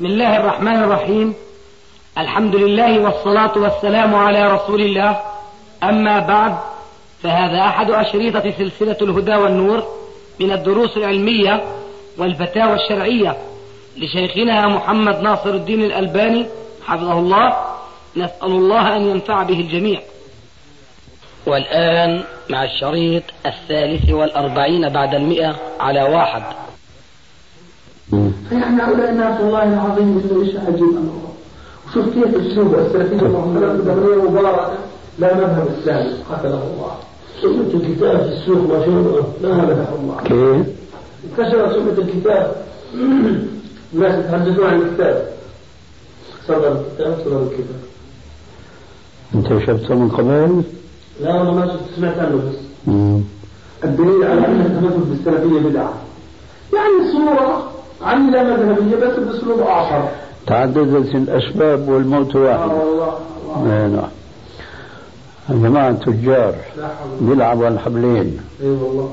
بسم الله الرحمن الرحيم. الحمد لله والصلاة والسلام على رسول الله. أما بعد، فهذا أحد أشريطة سلسلة الهدى والنور من الدروس العلمية والفتاوى الشرعية لشيخنا محمد ناصر الدين الألباني حفظه الله. نسأل الله أن ينفع به الجميع. والآن مع الشريط 43 بعد 100 على 1. فنحن هؤلاء الناس والله العظيم مثل إيش عجيب أمره. وشوف كيف السوق السلفية المحمدية مباركة لا مذهب الثاني قتله الله. سنة الكتاب في السوق ما شاء الله لا مذهب الله. كيف؟ انتشر سنة الكتاب. الناس يتحدثون عن الكتاب. صدر الكتاب. أنت شفته من قبل؟ لا والله ما شفت، سمعت عنه بس. الدليل على أن التمسك بالسلفية بدعة. يعني صورة عن لا مذهبية بس بأسلوب آخر. تعددت الأسباب والموت واحد. نعم. جماعة تجار بيلعبوا على الحبلين. اي والله.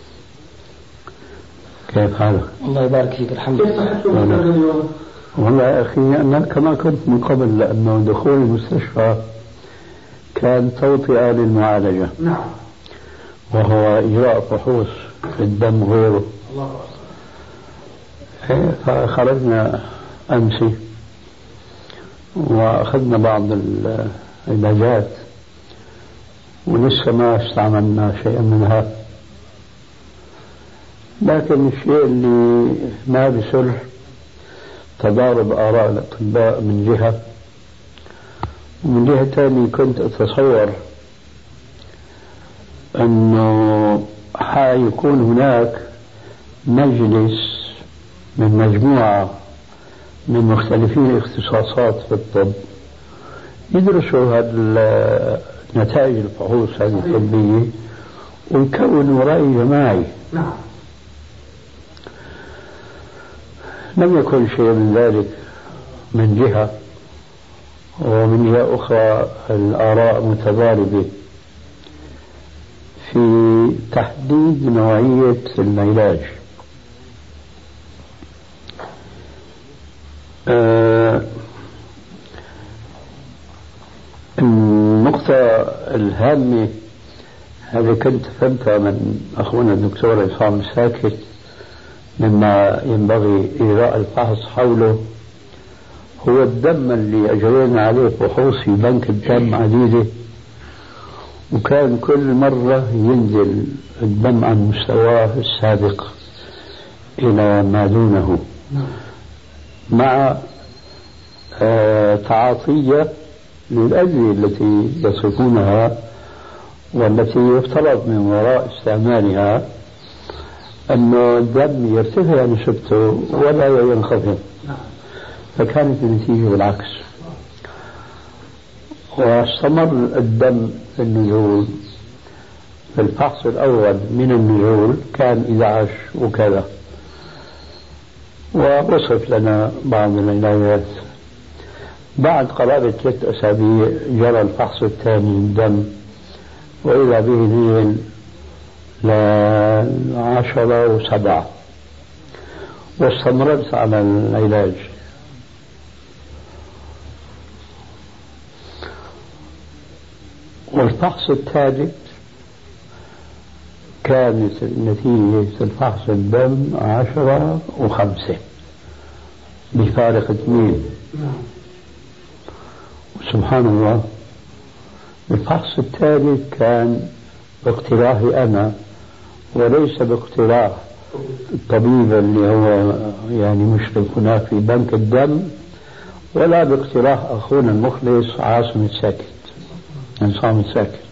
كيف حالك؟ الله يبارك فيك. الحمد لله. كيف صحتكم اليوم؟ والله يا أخي أنا كما كنت من قبل، لأنه دخول المستشفى كان توطئة للمعالجة. نعم. وهو إجراء فحوص في الدم وغيره. الله أكبر. فخرجنا أمس وأخذنا بعض العلاجات ولسه ما استعملنا شيئا منها، لكن الشيء اللي ما بسر تضارب آراء الأطباء من جهة، ومن جهة ثانية كنت أتصور أنه حيكون هناك مجلس من مجموعة من مختلفين الاختصاصات في الطب يدرسوا نتائج الفحوص هذه الطبية ويكونوا رأي جماعي. نعم. لم يكن شيء من ذلك من جهة، ومن جهة أخرى الآراء متضاربة في تحديد نوعية العلاج. النقطة الهامة هذه كنت فهمتها من أخونا الدكتور عصام الساكت مما ينبغي إجراء الفحص حوله، هو الدم اللي أجرينا عليه فحوص في بنك الدم عديدة، وكان كل مرة ينزل الدم عن مستواه السابق إلى ما دونه، مع تعاطية للأدوية التي يصفونها والتي يفترض من وراء استعمالها أنه الدم يرتفع نسبته ولا ينخفض، فكانت النتيجة بالعكس. واستمر الدم في النزول. في الفحص الأول من النزول كان 11 وكذا، ووصف لنا بعض العلاجات. بعد قرابة 3 أسابيع جرى الفحص الثاني للدم، وإذا به نزل ل10 و7، واستمرت على العلاج. والفحص الثالث كانت نتيجة الفحص الدم 10 و5 بفارق 2. سبحان الله. الفحص الثالث كان باقتراحي أنا وليس باقتراح الطبيب اللي هو يعني مشرف هناك في بنك الدم، ولا باقتراح أخونا المخلص عاصم الساكت،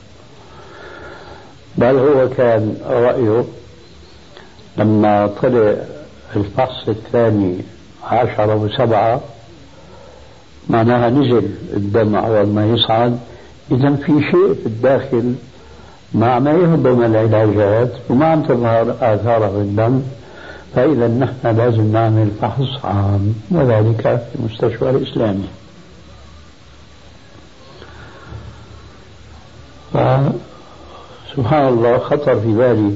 بل هو كان رأيه لما طلع الفحص الثاني 10 و7 معناها نزل الدم أول ما يصعد، إذا في شيء في الداخل مع ما يهضم العلاجات وما عم تظهر آثارها في الدم، فإذا نحن لازم نعمل فحص عام، وذلك في المستشفى الإسلامي. سبحان الله خطر في بالي،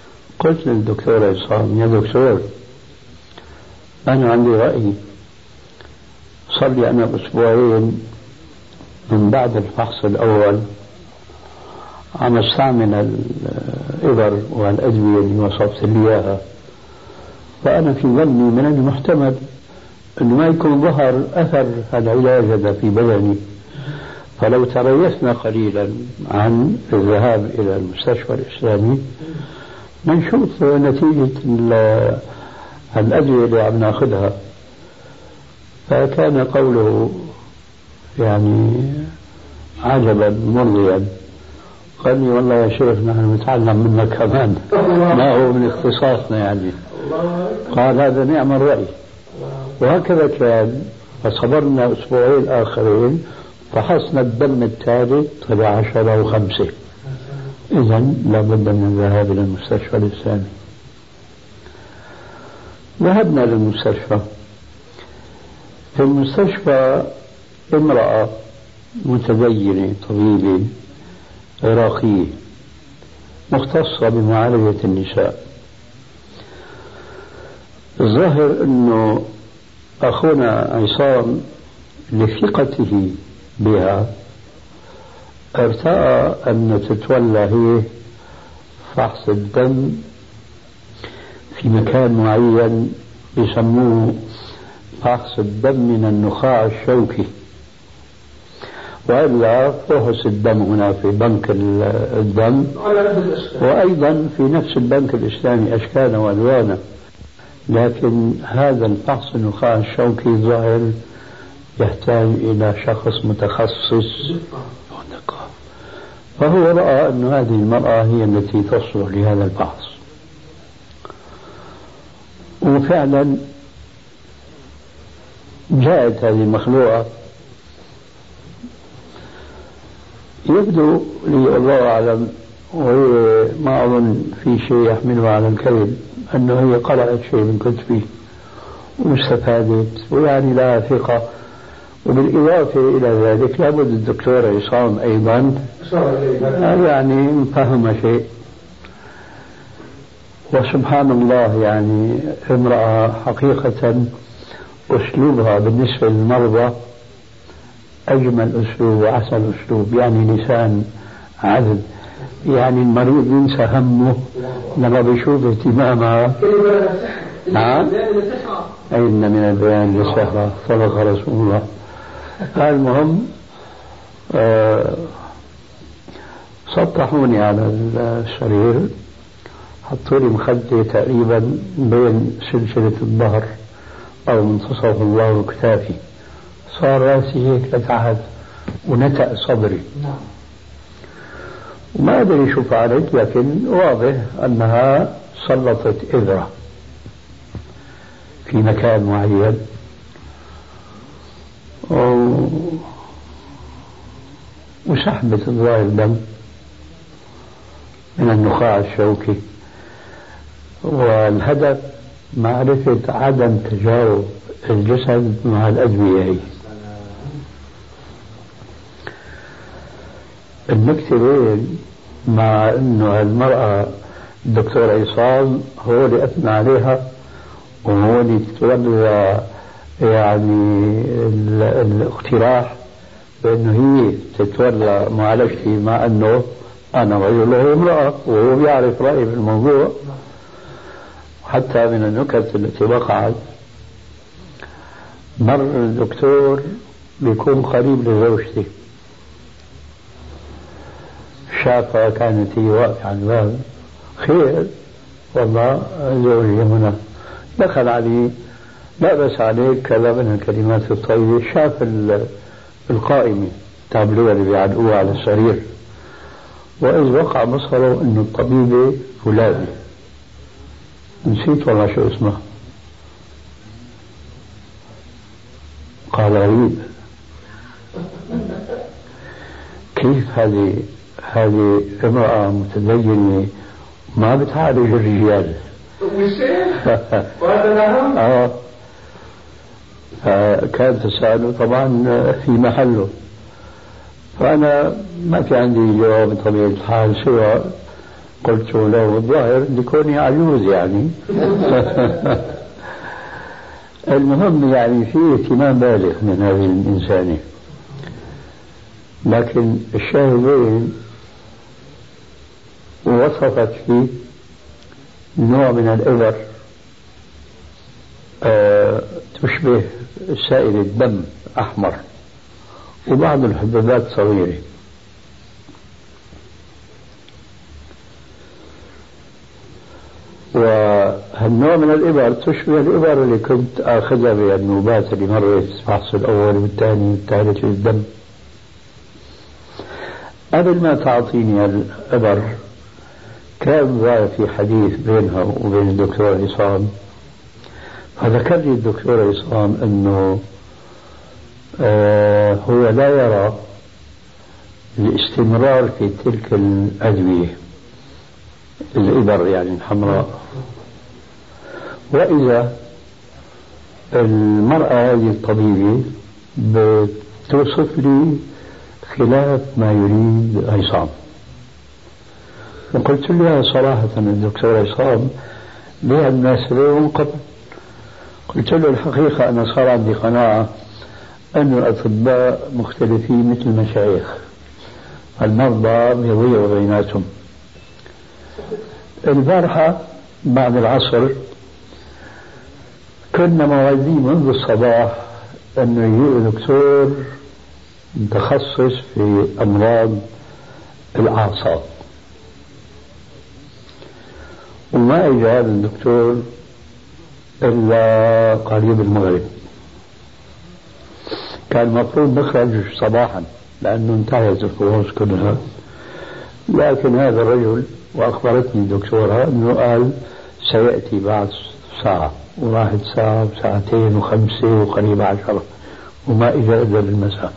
قلت للدكتور عصام: يا دكتور، أنا عندي رأي صار لي أنا أسبوعين من بعد الفحص الأول عم استعمل الإبر والأدوية اللي وصفت لي إياها، فأنا في ظني من المحتمل أنه ما يكون ظهر أثر العلاج هذا في بدني. فلو تريثنا قليلا عن الذهاب إلى المستشفى الإسلامي نشوف نتيجة الأدوية اللي عم ناخذها. فكان قوله يعني عجبا مرضيا. قال لي والله يا شيخ نحن نتعلم منك كمان، ما هو من اختصاصنا يعني. قال هذا نعم الرأي. وهكذا كان. فصبرنا أسبوعين آخرين، فحصنا الدم الثالث طلع 10 و5. إذن لابد من الذهاب إلى المستشفى الإسلامي. ذهبنا للمستشفى. في المستشفى امرأة متدينة طبيبة عراقية مختصة بمعالجة النساء. الظاهر أنه أخونا عصام لثقته بها ارتأى أن تتولى هي فحص الدم في مكان معين يسموه فحص الدم من النخاع الشوكي، وإلا فحص الدم هنا في بنك الدم، وأيضا في نفس البنك الإسلامي أشكالا وألوانا. لكن هذا الفحص النخاع الشوكي ظاهر يحتاج إلى شخص متخصص، فهو رأى أن هذه المرأة هي التي تصلح لهذا الفحص. وفعلا جاءت هذه المخلوقة. يبدو لي الله أعلم، وهي ما أظن في شيء يحمله على الكذب، أنه هي قرأت شيء من كتبي واستفادت ويعني لها ثقة. وبالإضافة إلى ذلك لابد الدكتور عصام أيضا يعني فهم شيء. وسبحان الله يعني امرأة حقيقة أسلوبها بالنسبة للمرضى أجمل أسلوب وأحسن أسلوب، يعني لسان عذب، يعني المريض ينسى همه لما بيشوف اهتمامها. أين من البيان للسحرة صدق رسول الله. المهم سطحوني على السرير، حطوا لي مخدة تقريبا بين سلسلة الظهر أو منتصف الظهر وكتافي، صار راسي هيك لتحت ونتأ صدري. وما أدري شو فعلت، لكن واضح أنها سلطت إبرة في مكان معين وسحبت الظاهر دم من النخاع الشوكي. والهدف معرفة عدم تجاوب الجسد مع الأدوية. النكتة وين؟ مع أنه المرأة الدكتور عصام هو اللي أثنى عليها وهو اللي تتولى يعني الاقتراح بأنه هي تتولى معالجتي، مع أنه أنا رجل وهو امرأة وهو بيعرف رأيي في الموضوع. حتى من النكت التي وقعت، مر الدكتور بيكون قريب لزوجتي، شافها كانت هي واقفة على الباب، خير والله زوجي هنا، دخل عليه لا بس عليك كذا من الكلمات الطيبة. شاف القائمة تابلوه اللي بيعلقوه على السرير، وإذ وقع بصره أنه الطبيبة فلانة، نسيت والله شو اسمها. قال غريب، كيف هذه امرأة متدينة ما بتعالج الرجال. كان تسأله طبعا في محله، فأنا ما في عندي جواب بطبيعة الحال سوى قلت له الظاهر لكوني عجوز يعني. المهم يعني في اهتمام بالغ من هذه الإنسانة، لكن الشاهدين وصفت فيه نوع من الإبر تشبه سائل الدم أحمر وبعض الحبوبات صغيرة. وهالنوع من الإبر تشبه الإبر اللي كنت آخذها بالنوبات اللي مرت الفحص الأول والثاني والثالث للدم. قبل ما تعطيني الإبر كان في حديث بينها وبين الدكتور عصام، فذكر لي الدكتور عصام أنه هو لا يرى الاستمرار في تلك الأدوية الإبر يعني الحمراء، وإذا المرأة هذه الطبيبة بتوصف لي خلاف ما يريد عصام. وقلت له صراحة الدكتور عصام لها الناس من قبل، قلت له الحقيقة أنا صار عندي قناعة أن الأطباء مختلفين مثل المشايخ، المرضى بيضيعوا بيناتهم. البارحة بعد العصر كنا موعدين منذ الصباح أنه يجي دكتور متخصص في أمراض الأعصاب، وما إجا هذا الدكتور إلا قريب المغرب. كان المفروض نخرج صباحا لأنه انتهت الفحوص كلها، لكن هذا الرجل وأخبرتني الدكتورة أنه قال سيأتي بعد ساعة، وراحت ساعة وساعتين وخمسة وقريبة 10 وما إجا إلا بالمساء.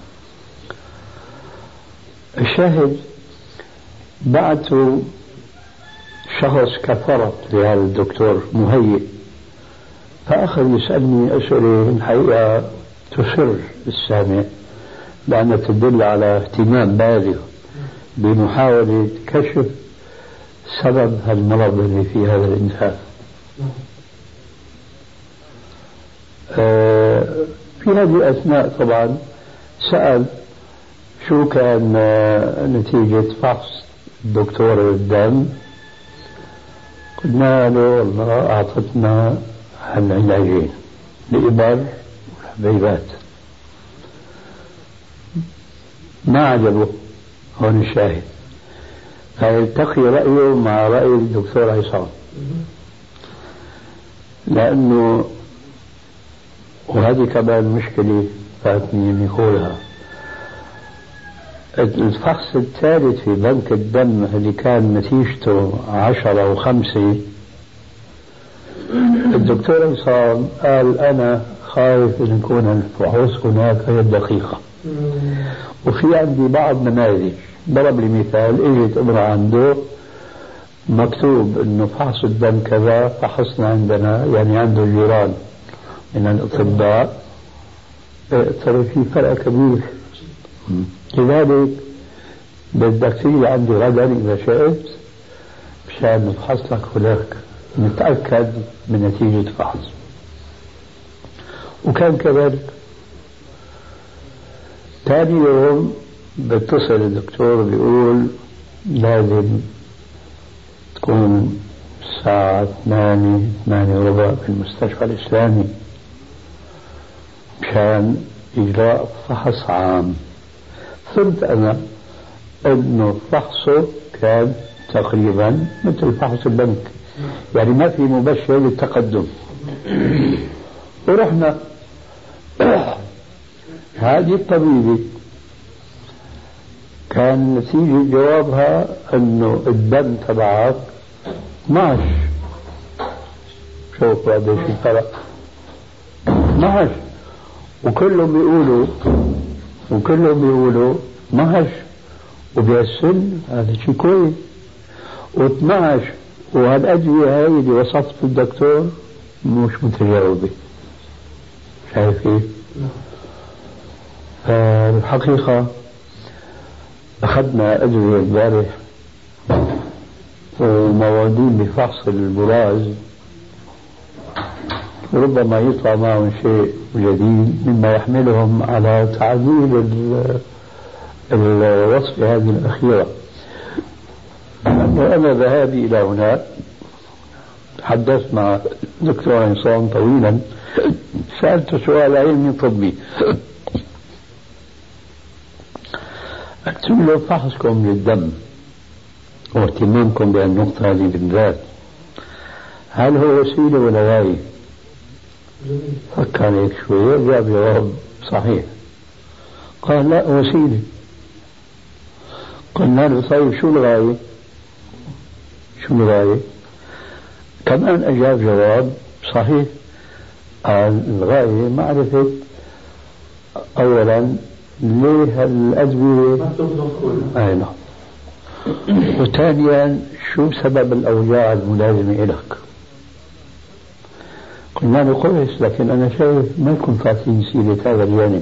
الشاهد بعثوا شخص كفرت لهذا الدكتور مهيئ، فأخذ يسألني أسئلة الحقيقة تسر السامع لأنها تدل على اهتمام بالغ بمحاولة كشف سبب المرض اللي في هذا الإنسان. في هذه الأثناء طبعا سأل شو كان نتيجة فحص الدكتور الدم. قلنا له والله أعطتنا العلاجين الإبر والحبيبات. ما عجبه، هون الشاهد، فيلتقي رأيه مع رأي الدكتور عصام، لأنه وهذه كمان مشكلة فاتني أن يقولها. الفحص الثالث في بنك الدم اللي كان نتيجته 10 و5، الدكتور عصام قال أنا خايف أن يكون الفحوص هناك غير دقيقة، وفي عندي بعض نماذج. ضرب لي مثال، اجت امرأة عنده مكتوب انه فحص الدم كذا، فحصنا عندنا يعني عنده الجيران من الأطباء، ترى في فرق كبير. لذلك بدك تيجي عندي غدا إذا شئت مشان نفحص لك هناك نتأكد من نتيجة فحص. وكان كذلك. ثاني يوم بتصل الدكتور بيقول لازم تكون الساعة 8:15 في المستشفى الإسلامي مشان إجراء فحص عام. فهمت أنا أنه فحصه كان تقريبا مثل فحص البنك، يعني ما في مبشر للتقدم. ورحنا هذه الطبيبة كان نتيجة جوابها أنه الدم تبعك 12. شوف قديش الفرق، 12. وكلهم بيقولوا 12 وبيسن هذا شيء كويس، و12 وهالأدوية هاي اللي وصفت الدكتور مش متجاوبة. شايف كيف؟ فالحقيقة أخذنا أدوية البارح وموادين بفحص البراز، وربما يطلع معهم شيء جديد مما يحملهم على تعديل الوصف هذه الأخيرة. وأنا ذهابي إلى هناك تحدثت مع دكتور عصام طويلا، سألت سؤال علمي طبي، قلت له فحصكم للدم واهتمامكم بهالنقطة هذه بالذات هل هو وسيلة ولا غاية؟ فكر هيك شوية جاب جواب صحيح، قال لا وسيلة. قلنا له طيب شو الغاية؟ شو الغاية؟ كمان أجاب جواب صحيح، قال الغاية معرفة أولا ليه الأدوية أي نعم، وثانيا شو سبب الأوجاع الملازمة لك. قلنا له كويس، لكن أنا شايف ما يكون تعطيني سيرة هذا الجانب،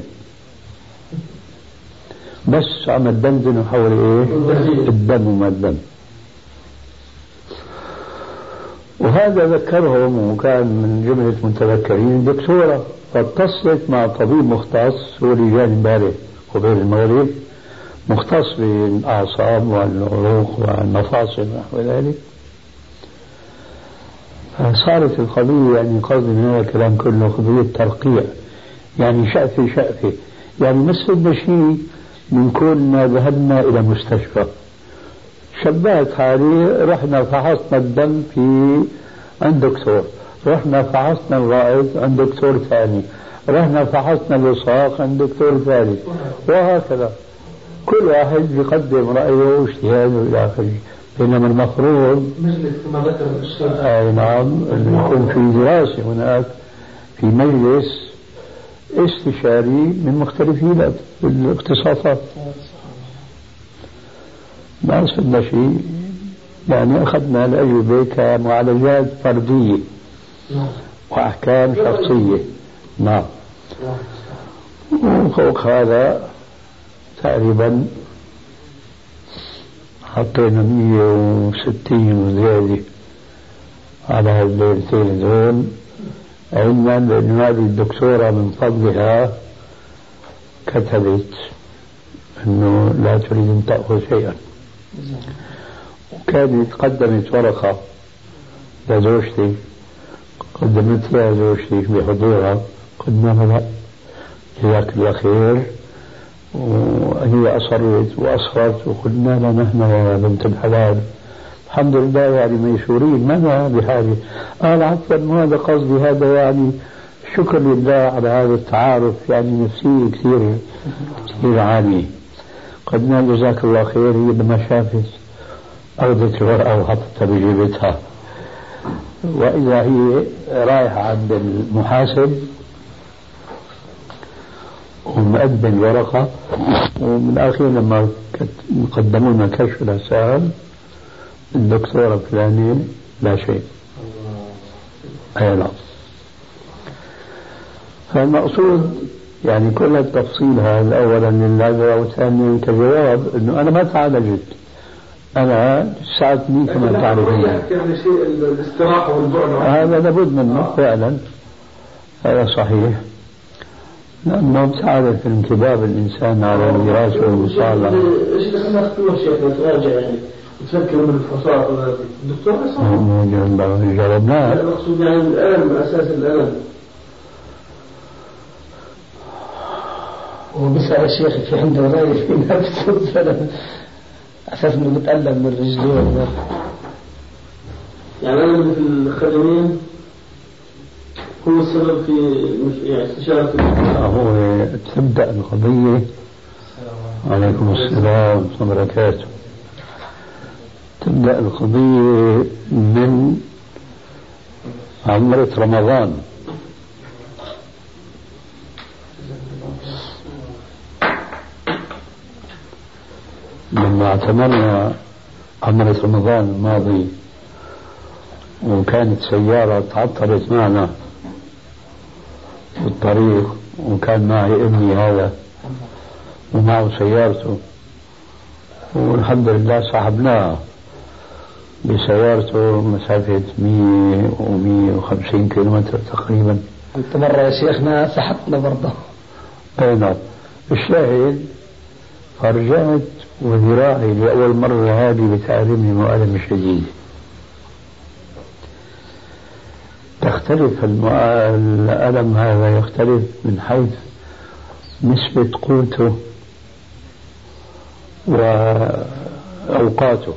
بس عم تدندن حول إيه؟ الدم وما الدم. وهذا ذكرهم، وكان من جملة متذكرين دكتورة فاتصلت مع طبيب مختص، هو اللي جاني امبارح قبيل المغرب، مختص بالأعصاب والعروق والمفاصل ونحو ذلك. فصارت القضية يعني قصدي من هذا الكلام كله قضية ترقيع، يعني شقفة يعني مثل شيء من كنا ذهبنا إلى مستشفى، شبهت حالي، رحنا فحصنا الدم عند دكتور، رحنا فحصنا الغائط عند دكتور ثاني، رحنا فحصنا الوساق عند دكتور ثالث، وهكذا كل واحد يقدم رأيه واجتهاده إلى آخره. بينما المفروض مجلس كما ذكر الأستاذ أي نعم يكون في دراسة هناك في مجلس استشاري من مختلفين الاختصاصات. ما أصلنا شيء، يعني أخذنا الأجوبة كمعالجات فردية وأحكام شخصية. نعم. وفوق هذا تقريبا حطينا 160 وزيادة على هالليلتين دول، علما بأن هذه الدكتورة من فضلها كتبت أنه لا تريد أن تأخذ شيئا، وكانت قدمت ورقة لزوجتي، قدمتها زوجتي بحضورها، قلنا لها لا جزاك الله خير، وهي أصرت وأصرت، وقلنا لها نحن يا بنت الحلال الحمد لله يعني ميسورين ما بحاجة. قال عفوا هذا قصدي، هذا يعني شكر لله على هذا التعارف، يعني نفسي كثير عالي. قلنا جزاك الله خير. هي لما شافت أخذت الورقة وحطتها بجيبتها، وإذا هي رايحة عند المحاسب ومقدم الورقة، ومن الأخير لما قدموا لنا كشف الحساب الدكتورة فلانية لا شيء. أي لا. فالمقصود يعني كل التفصيل هذا أولا لله، وثانيا كجواب أنه أنا ما تعالجت، أنا ساعدني كما تعرفين. يعني شيء الاستراحة والبعد هذا لابد منه فعلا، هذا صحيح، لأنه تعرف انكباب الإنسان على الدراسة والمصالحة. إيش دخلنا اختبار شيخنا تراجع يعني تفكر من الفصاحة الدكتور عصام جربناه. المقصود يعني الألم أساس الألم. وبسأل الشيخ في عنده رأي في نفسه فعلا أساس إنه بتألم من رجليه. يعني أنا في الخدمين هو السبب في يعني استشارة هو تبدأ القضية. عليكم السلام ورحمة الله وبركاته. تبدأ القضية من عمرة رمضان. لما اعتمرنا عمرة رمضان الماضي وكانت سيارة تعطلت معنا بالطريق، وكان معي ابني هذا ومعه سيارته، والحمد لله صاحبناها بسيارته مسافة 100 و 150 كيلومتر تقريبا. أنت مرة يا شيخنا سحبتنا برضه. أي نعم. الشاهد فرجعت وذراعي لأول مرة هذه بتعلمني مؤلم شديد. تختلف الألم هذا يختلف من حيث نسبة قوته وأوقاته.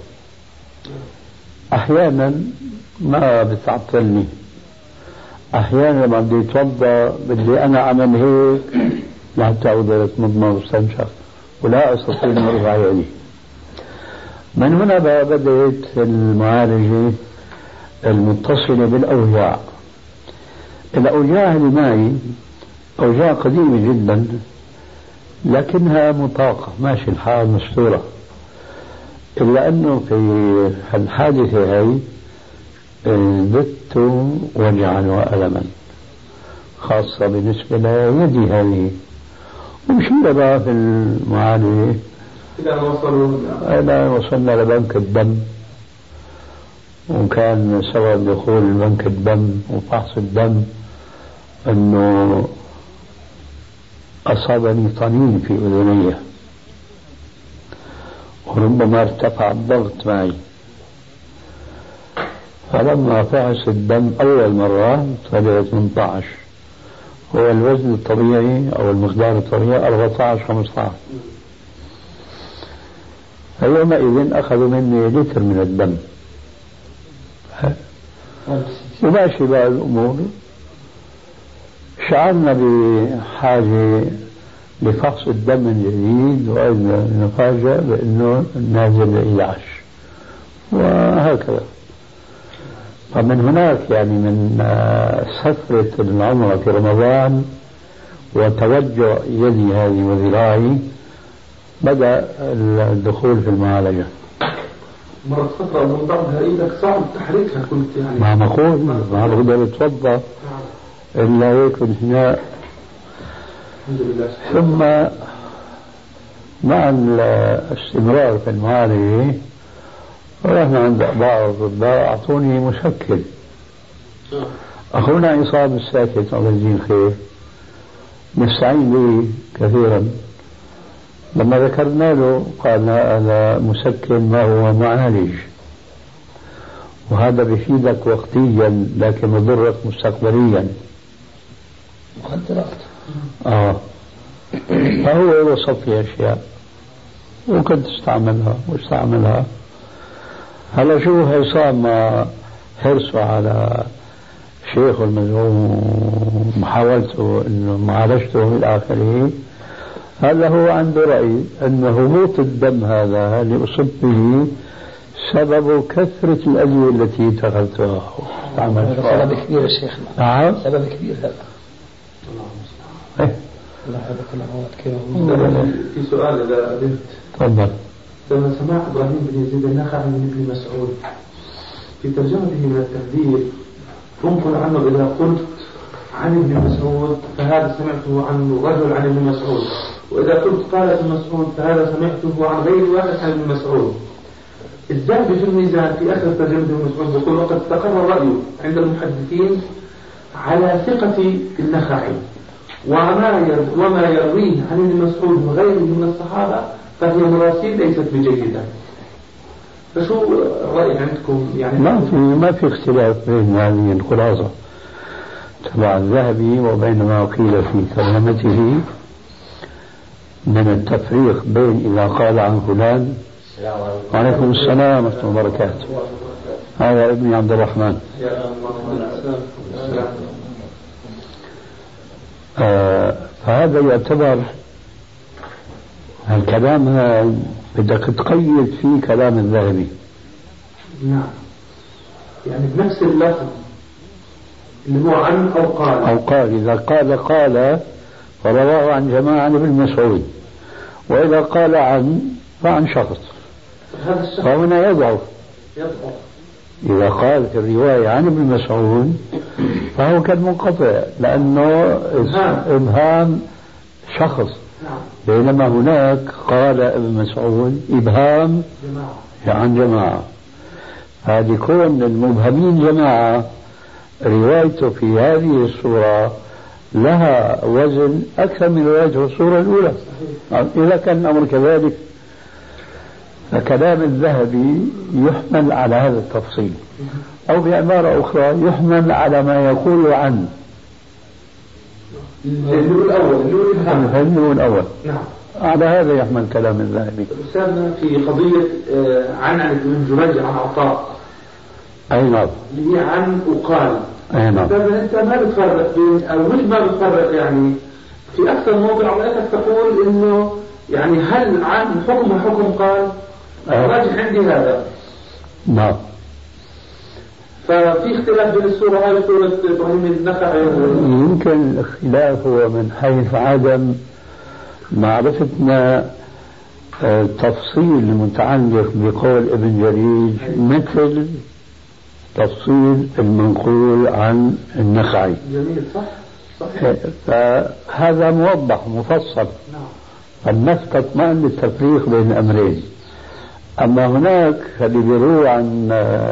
أحيانا ما بتعطلني، أحيانا لما بدي أتوضأ بدي أنا أعمل هيك لحتى أقدر أتمضمض واستنشق ولا أستطيع أن أرفع يدي. من هنا بدأت المعالجة المتصلة بالأوجاع. الأوجاع اللي معي أوجاع قديمة جدا لكنها مطاقة، ماشي الحال مستورة، إلا أنه في الحادثة هاي زدت وجعا وألما خاصة بالنسبة ليدي هذه. ومشينا بقى في المعالجة إلى وصلنا لبنك الدم، وكان سبب دخول بنك الدم وفحص الدم أنه أصابني طنين في أذني وربما ارتفع الضغط معي. فلما فحص الدم أول مرة طلع 18، هو الوزن الطبيعي أو المقدار الطبيعي 14-15. فيومئذ أخذوا مني لتر من الدم وماشي بقى الأمور. شعرنا بحاجة لفحص الدم من جديد، وإذا نفاجأ بأنه نازل 11 وهكذا. فمن هناك يعني من سفرة العمرة في رمضان وتوجع يدي هذه وذراعي بدأ الدخول في المعالجة. مرت فترة ضمضمها إيدك صعب تحريكها كنت يعني ما نقول ما بقدر أتوضأ إلا هيك انحناء. ثم مع الاستمرار في المعالجة رحنا عند بعض الأطباء أعطوني مسكن. أخونا عصام الساكت الله يجزيه الخير نستعين به كثيرا. لما ذكرنا له قال هذا مسكن ما هو معالج، وهذا بيفيدك وقتيا لكن يضرك مستقبليا. مخدرات. فهو وصف لي أشياء وكنت استعملها واستعملها. هلا شو عصام حرصه على شيخه المزعوم ومحاولته انه معالجته الى اخره. هذا هو عنده رأي أن هبوط الدم هذا اللي أصب به سبب كثرة الأدوية التي اتخذتها. هذا سبب كبير يا شيخنا. نعم سبب كبير هذا. الله في سؤال إذا قدرت. تفضل. لما سمع إبراهيم بن يزيد النخعي من ابن مسعود في ترجمته من التهذيب تنقل عنه إذا قلت عن ابن مسعود فهذا سمعته عن رجل عن ابن مسعود، وإذا قلت قال ابن مسعود فهذا سمعته عن غير واحد عن ابن مسعود. الذهبي في الميزان في آخر ترجمة ابن مسعود يقول وقد استقر الرأي عند المحدثين على ثقة النخعي وما يرويه عن ابن مسعود وغيره من الصحابة فهي مراسيل ليست بجيدة. فشو الرأي عندكم يعني؟ ما في اختلاف بين هذه الخلاصة تبع الذهبي وبين ما قيل في ترجمته من التفريق بين إذا قال عن فلان. وعليكم السلام ورحمة الله وبركاته. هذا ابني عبد الرحمن. فهذا يعتبر الكلام بدك تقيد فيه كلام الذهبي. نعم يعني بنفس اللفظ اللي هو عن أو قال. إذا قال فرواه عن جماعة عن ابن مسعود، وإذا قال عن فعن شخص فهنا يضعف. إذا قال في الرواية عن ابن مسعود فهو كان منقطع لأنه إبهام شخص، بينما هناك قال ابن مسعود إبهام عن جماعة. هذه كون المبهمين جماعة روايته في هذه الصورة لها وزن أكثر من روايته في الصورة الأولى. إذا كان الأمر كذلك فكلام الذهبي يحمل على هذا التفصيل، أو بعبارة أخرى يحمل على ما يقول عنه الأول. نعم. على هذا يحمل كلام الذهبي. أستاذنا في قضية عن ابن جريج عن عطاء. أي نعم. اللي هي عن وقال. أي نعم. أنت ما بتفرق بين أو مش ما بتفرق يعني في أكثر موضع عليك تقول إنه يعني هل عن حكم قال راجح عندي هذا. نعم. ففي اختلاف بين السورة هاي وسورة إبراهيم النخعي. يمكن الاختلاف هو من حيث عدم معرفتنا تفصيل المتعلق بقول ابن جريج مثل تفصيل المنقول عن النخعي. جميل. صح. فهذا موضح مفصل. نعم. فالنفس تطمئن للتفريق بين الأمرين. أما هناك اللي بيروى عن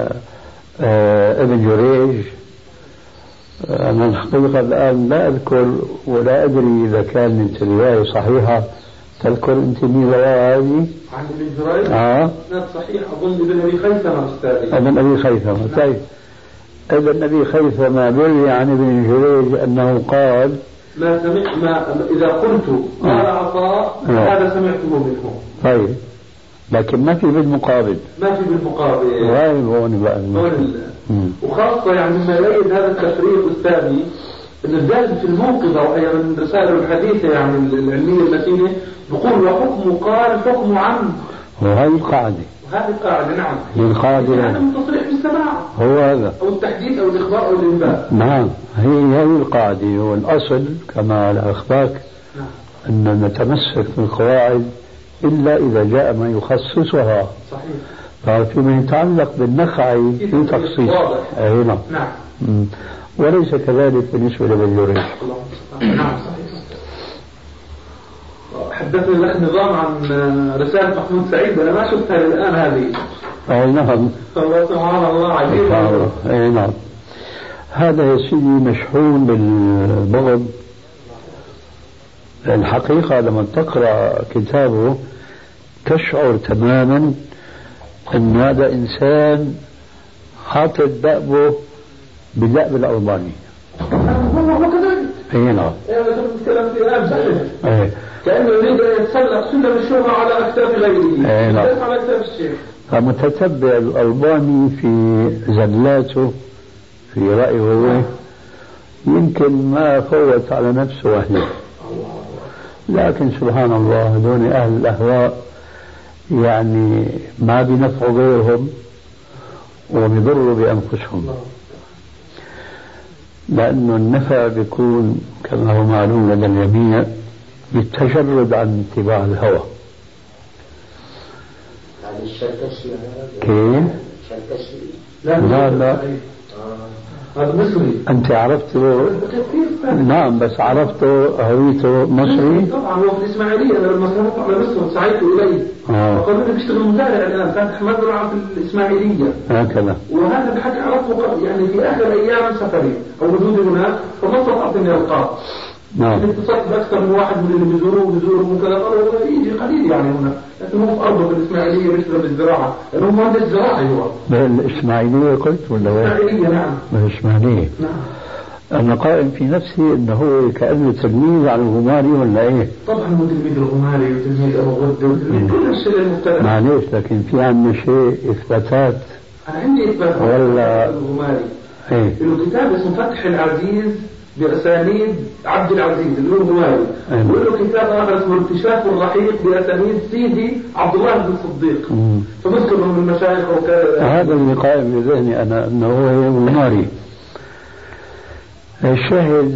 ابن جريج أنا الحقيقة الآن لا أذكر ولا أدري إذا كانت الرواية صحيحة. تذكر أنت مين رواية هذه؟ عن ابن جريج؟ نعم صحيح. أظن ابن أبي خيثمة أستاذي. ابن أبي خيثمة. طيب ابن أبي خيثمة بيروي عن ابن جريج أنه قال إذا قلت قال عطاء هذا سمعته منه. طيب لكن ما في بالمقابل. غايب هون بقى. وخاصة يعني مما يؤيد هذا التفريق أستاذي أن الدال في الموقظة وهي من رسائل الحديثة يعني العلمية المتينة يقول وحكم قال حكم عن. وهذه القاعدة. نعم. هي القاعدة. يعني التصريح بالسماع. هو هذا. أو التحديث أو الإخبار أو الإنباء. نعم. هي القاعدة والأصل كما على أخبارك. نعم. أن نتمسك بالقواعد إلا إذا جاء ما يخصصها. صحيح. فيما يتعلق بالنخعي في تخصيص. أي نعم. نعم. وليس كذلك بالنسبة لابن جريج. نعم صحيح. حدثني الأخ نظام عن رسالة محمود سعيد أنا ما شفتها الآن هذه. أي نعم. الله سبحان الله عجيب. أي نعم. هذا يا سيدي مشحون بالبغض. الحقيقة لما تقرأ كتابه تشعر تماما أن هذا إنسان حاطط دأبه بالدأب الألباني. هو كذلك. أي نعم. نتكلم في الآن كأنه يريد أن يتسلق سلم الشهرة على أكتاف غيره. أي نعم. ليس على أكتاف الشيخ. فمتتبع الألباني في زلاته في رأيه هو يمكن ما فوت على نفسه وحده. لكن سبحان الله دون أهل الأهواء يعني ما بنفعوا غيرهم وبيضروا بأنفسهم. لأنه النفع بيكون كما هو معلوم لدى الجميع بالتجرد عن اتباع الهوى. كيف؟ لا هذا مصري. أنت عرفته؟ نعم بس عرفته هويته مصري؟ طبعا هو في الإسماعيلية. أنا لما سافرت على مصر وسعيت إليه وقال لي بيشتغل مزارع الآن فاتح مزرعة في الإسماعيلية. هكذا. وهذا الحكي عرفته يعني في آخر أيام سفري أو وجودي هناك فما استطعت إني ألقاه. نعم. اتصلت بأكثر من واحد من اللي بيزوروه وكذا قالوا يجي قليل يعني هنا لكن هو في أرضه في الإسماعيلية بيشتغل بالزراعة لأنه مهندس زراعي هو. بالإسماعيلية قلت ولا وين؟ الإسماعيلية. نعم. بالإسماعيلية. نعم. أنا قائم في نفسي أنه هو كأنه تلميذ على الغماري ولا إيه؟ طبعا هو تلميذ الغماري وتلميذ أبو غدة وتلميذ كل الشيء المختلف. معليش لكن في عندنا شيء إثباتات. أنا عندي إثباتات ولا الغماري. إيه؟ له كتاب اسمه فتح العزيز بأسانيد عبد العزيز اللي هو الغماري. وله كتاب آخر اسمه اكتشاف الرحيق بأسانيد سيدي عبد الله بن الصديق. فمذكر من المشايخ وكذا. هذا اللي قائم بذهني أنا أنه هو الغماري. الشاهد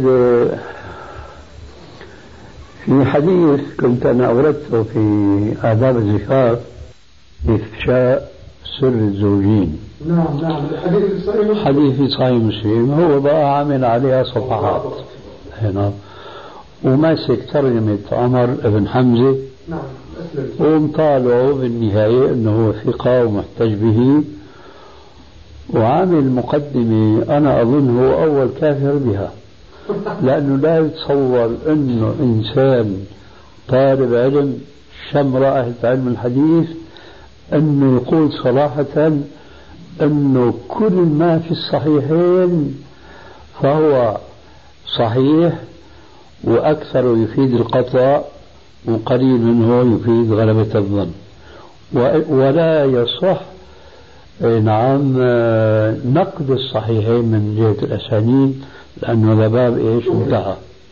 في حديث كنت أنا أوردته في آداب الزفاف إفشاء سر الزوجين. نعم حديث في صحيح مسلم هو بقى عامل عليها صفحات. نعم. وماسك ترجمة عمر بن حمزة. نعم. ومطالعه بالنهاية أنه هو ثقة ومحتج به وعامل مقدمة أنا أظن هو أول كافر بها، لأنه لا يتصور أنه إنسان طالب علم شمرة علم الحديث أنه يقول صراحة أنه كل ما في الصحيحين فهو صحيح، وأكثر يفيد القطع وقليل منه يفيد غلبة الظن، ولا يصح نعم نقد الصحيحين من جهة الأسانيد، لأنه هذا باب انتهى.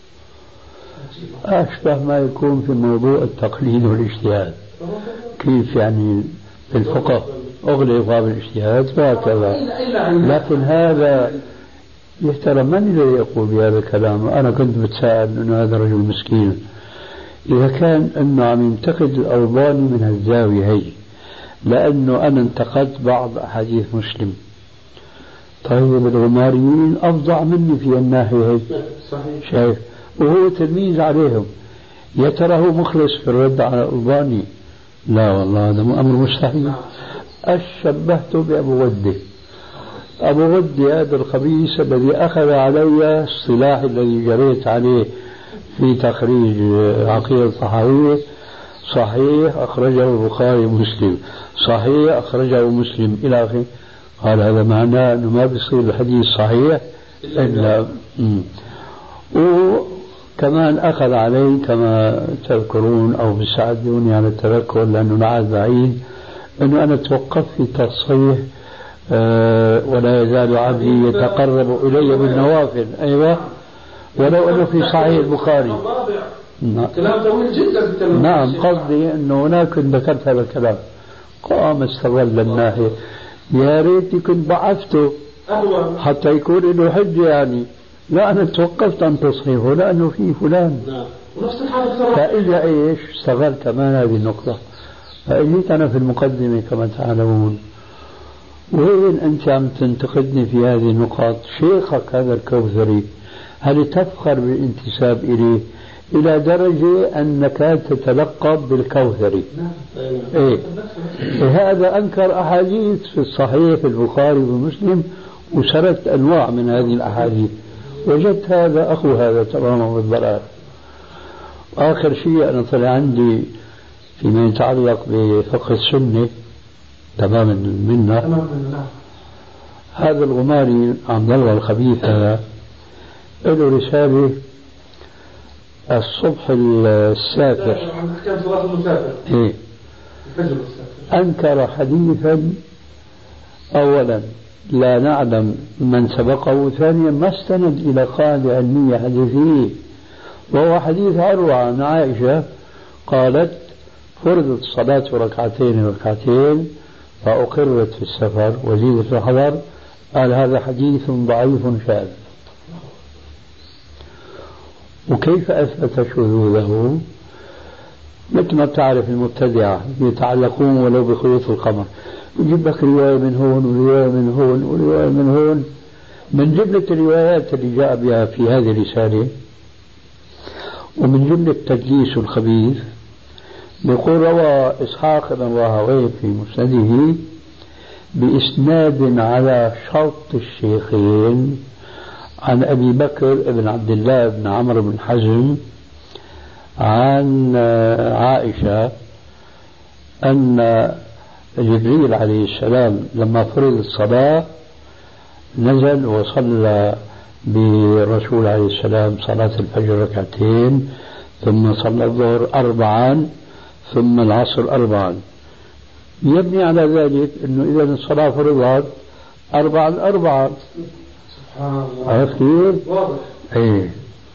أشبه ما يكون في موضوع التقليد والاجتهاد، كيف يعني الفقه أغلق باب الاجتهاد وهكذا. لكن هذا يحترم، من الذي يقول بهذا الكلام؟ أنا كنت بتساءل أنه هذا رجل مسكين إذا كان أنه عم ينتقد الألباني من الزاوية هي، لأنه أنا انتقدت بعض أحاديث مسلم. طيب الغماريين أفظع مني في الناحية هي، شايف، وهو تلميذ عليهم، يا ترى هو مخلص في الرد على الألباني؟ لا والله هذا أمر مستحيل. أشبهته بأبو ودي. أبو ودي هذا الخبيث الذي أخذ علي الصلاح الذي جريت عليه في تخريج عقيدة الطحاوية، صحيح أخرجه البخاري ومسلم، صحيح أخرجه مسلم إلى آخره. قال هذا معناه أنه ما بيصير الحديث صحيح إلا وكمان أخذ علي كما تذكرون أو بيساعدوني على التذكر لأنه العهد بعيد، أنه أنا توقفت في تصحيح ولا يزال عبدي يتقرب إلي بالنوافل. أيوة، ولو أنه في صحيح البخاري. كلام طويل جدا. نعم، قصدي أنه هناك ذكرت هذا الكلام، قام استغل الناحية، يا ريتني كنت ضعفته حتى يكون له حجة يعني. لا، أنا توقفت عن تصحيحه لأنه فيه فلان. فإذا إيش استغل كمان هذه النقطة، فإجيت أنا في المقدمة كما تعلمون، وين أنت عم تنتقدني في هذه النقاط؟ شيخك هذا الكوثري هل تفخر بالانتساب إليه إلى درجة أنك تتلقب بالكوثري؟ إيه؟ هذا أنكر أحاديث في الصحيح في البخاري ومسلم، وسردت أنواع من هذه الأحاديث، وجدت هذا أخو هذا تماما بالضلال. آخر شيء أنا طلع عندي فيما يتعلق بفقه السنة تماما منا، هذا الغماري عبد الله الخبيث هذا له رسالة الصبح السافر، إيه؟ أنكر حديثا أولا لا نعلم من سبقه، ثانيا ما استند إلى قاعدة علمية حديثية، وهو حديث أروع عن عائشة قالت فرضت الصلاة ركعتين ركعتين فأقرت في السفر وزيدت في الحضر. قال هذا حديث ضعيف شاذ. وكيف أثبت شذوذه؟ مثل ما بتعرف المبتدعة يتعلقون ولو بخيوط القمر، يجيب لك رواية من هون ورواية من هون ورواية من هون. من جملة الروايات اللي جاء بها في هذه الرسالة ومن جملة تدليس الخبيث، يقول روى إسحاق بن راهويه في مسنده بإسناد على شرط الشيخين عن أبي بكر بن عبد الله بن عمرو بن حزم عن عائشة أن جبريل عليه السلام لما فرض الصلاة نزل وصلى بالرسول عليه السلام صلاة الفجر ركعتين، ثم صلى الظهر 4، ثم العصر 4. يبني على ذلك أنه إذا الصلاة فرضت 4 عرفت كيف؟ ايه.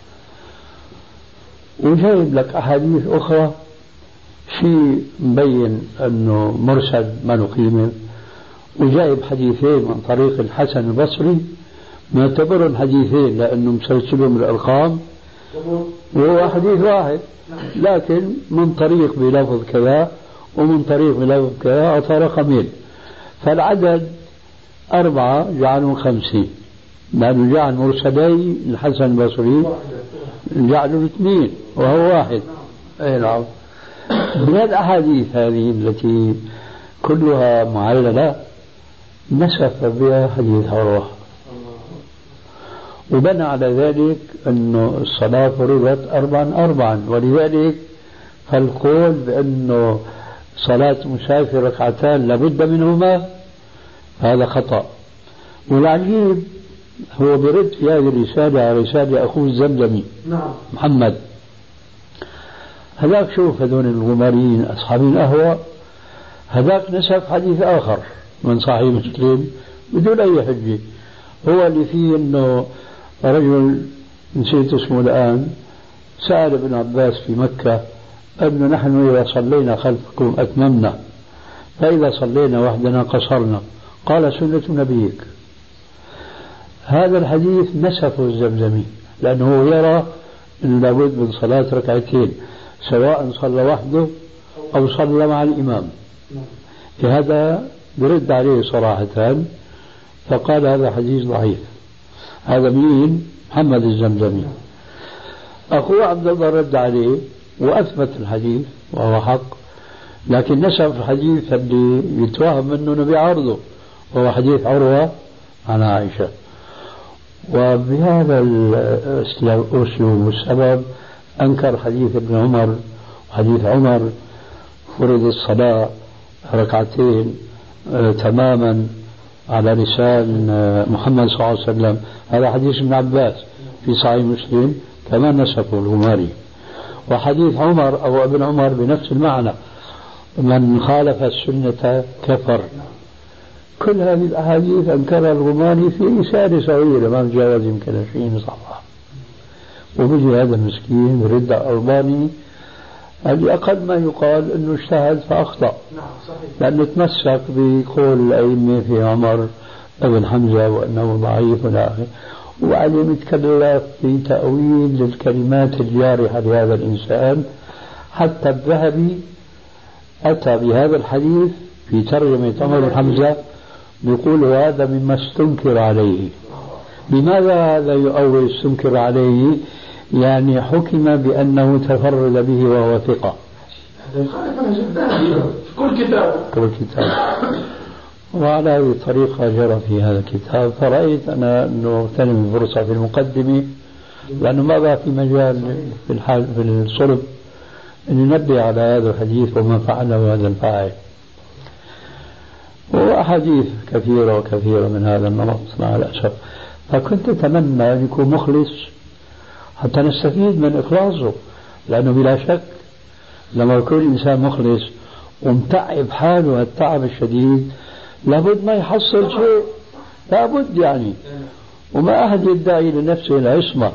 وجايب لك أحاديث أخرى شيء مبين أنه مرسل ما نقيمه، وجايب حديثين من طريق الحسن البصري معتبرهم حديثين لأنه مسلسلهم الأرقام، وهو حديث واحد لكن من طريق بلفظ كذا ومن طريق بلفظ كذا أعطى رقمين، فالعدد 4 جعلوا 5، لأنه جعل مرسلي الحسن البصري جعلوا 2 وهو 1. أي نعم. من الأحاديث هذه التي كلها معللة نسف بها حديث عروة، وبنى على ذلك أنه الصلاة فرضت أربعا، ولذلك فالقول بأنه صلاة مسافر ركعتان لابد منهما هذا خطأ. والعجيب هو برد في هذه الرسالة على رسالة أخوه الزمزمي محمد. هذاك شوف هذول الغماريين أصحاب الأهواء، هذاك نسب حديث آخر من صحيح مسلم بدون أي حجة، هو اللي فيه أنه رجل نسيت اسمه الآن سأل ابن عباس في مكة أنه نحن إذا صلينا خلفكم أتممنا، فإذا صلينا وحدنا قصرنا، قال سنة نبيك. هذا الحديث نسفه الزمزمي لأنه يرى أنه لابد من صلاة ركعتين سواء صلى وحده أو صلى مع الإمام. هذا برد عليه صراحة فقال هذا حديث ضعيف. هذا مين؟ محمد الزمزمي. أخوه عبد الله رد عليه وأثبت الحديث وهو حق، لكن نسف الحديث اللي يتوهم منه نبي عرضه وهو حديث عروة عن عائشة. وبهذا الأسلوب والسبب أنكر حديث ابن عمر وحديث عمر فرض الصلاة ركعتين تماما على لسان محمد صلى الله عليه وسلم. هذا حديث ابن عباس في صحيح مسلم كما نسبه الغماري. وحديث عمر أو ابن عمر بنفس المعنى من خالف السنة كفر. كل هذه الأحاديث أنكرها الغماري في رسالة صغيرة ما تجاوز يمكن 20 صفحة، وبيجي هذا المسكين برد ألباني اللي أقل ما يقال أنه اجتهد فأخطأ، لأنه تمسك بقول الأئمة في عمر ابن حمزة وأنه ضعيف إلى آخره، وبعدين يتكلف في تأويل للكلمات الجارحة لهذا الإنسان. حتى الذهبي أتى بهذا الحديث في ترجمة عمر بن حمزة يقول هذا مما استنكر عليه. لماذا هذا يؤول استنكر عليه؟ يعني حكم بأنه تفرد به وهو ثقة. كل كتاب. وعلى هذه الطريقة جرى في هذا الكتاب. فرأيت أنا أنه اغتنم الفرصة في المقدمة لأنه ما بقى في مجال في الصلب أن ننبه على هذا الحديث وما فعله هذا الفاعل. وأحاديث كثيرة وكثيرة من هذا النمط مع الأسف. فكنت أتمنى أن يكون مخلص حتى نستفيد من إخلاصه، لأنه بلا شك لما يكون إنسان مخلص ومتعب حاله التعب الشديد لابد ما يحصل شيء، لابد يعني. وما أحد يدعي لنفسه العصمة،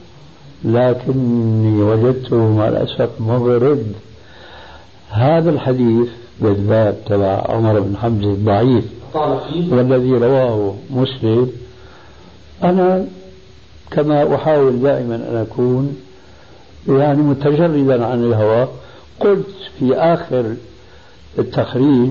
لكني وجدته مع الأسف مغرد. هذا الحديث بالذات تبع عمر بن حمزة الضعيف والذي رواه مسلم، أنا كما أحاول دائما أن أكون يعني متجردا عن الهوى، قلت في آخر التخريج،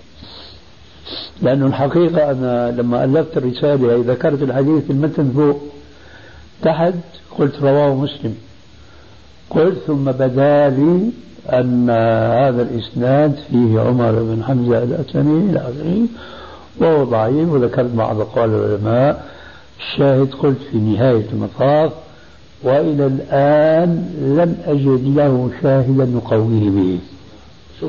لأنه الحقيقة أنا لما ألفت الرسالة ذكرت الحديث في المتن فوق، تحت قلت رواه مسلم، قلت ثم بدا لي أن هذا الإسناد فيه عمر بن حمزة الأسلمي إلى آخره وهو ضعيف، وذكرت بعض أقوال العلماء. الشاهد قلت في نهاية المطاف وإلى الآن لم أجد له شاهدا يقويه به. شوف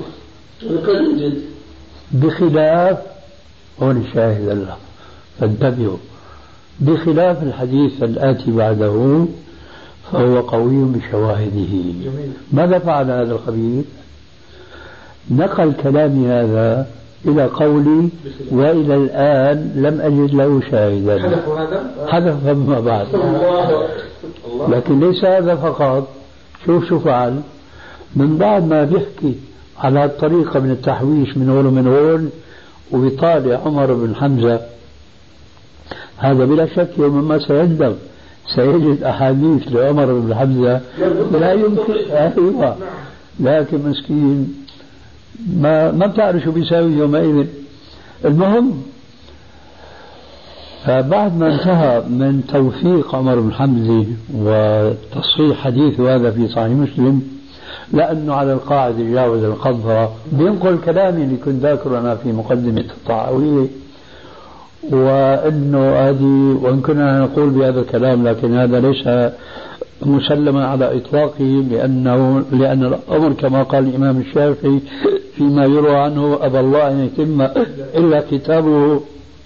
بخلاف هون الشاهد له، فانتبهوا، بخلاف الحديث الآتي بعده فهو قوي بشواهده. ماذا فعل هذا الخبيث؟ نقل كلامي هذا إلى قولي وإلى الآن لم أجد له شاهدا، حذف ما بعد. لكن ليس هذا فقط، شوف فعل من بعد ما بيحكي على الطريقة من التحويش من هون ومن هون وبيطالع عمر بن حمزة، هذا بلا شك يوم ما سيندم سيجد أحاديث لعمر بن حمزة لا يمكن. أيوة، لكن مسكين ما بتعرف شو بيساوي يومئذ. المهم، فبعد ما انتهى من توثيق عمر بن حمزة وتصحيح حديثه هذا في صحيح مسلم، لأنه على القاعدة جاوز القذرة، بينقل كلامي اللي كنت ذاكره أنا في مقدمة الطحاوية وأنه هذه، وإن كنا نقول بهذا الكلام لكن هذا ليس مسلما على إطلاقه، لأن الأمر كما قال الإمام الشافعي فيما يروى عنه أبى الله أن يتم إلا كتابه،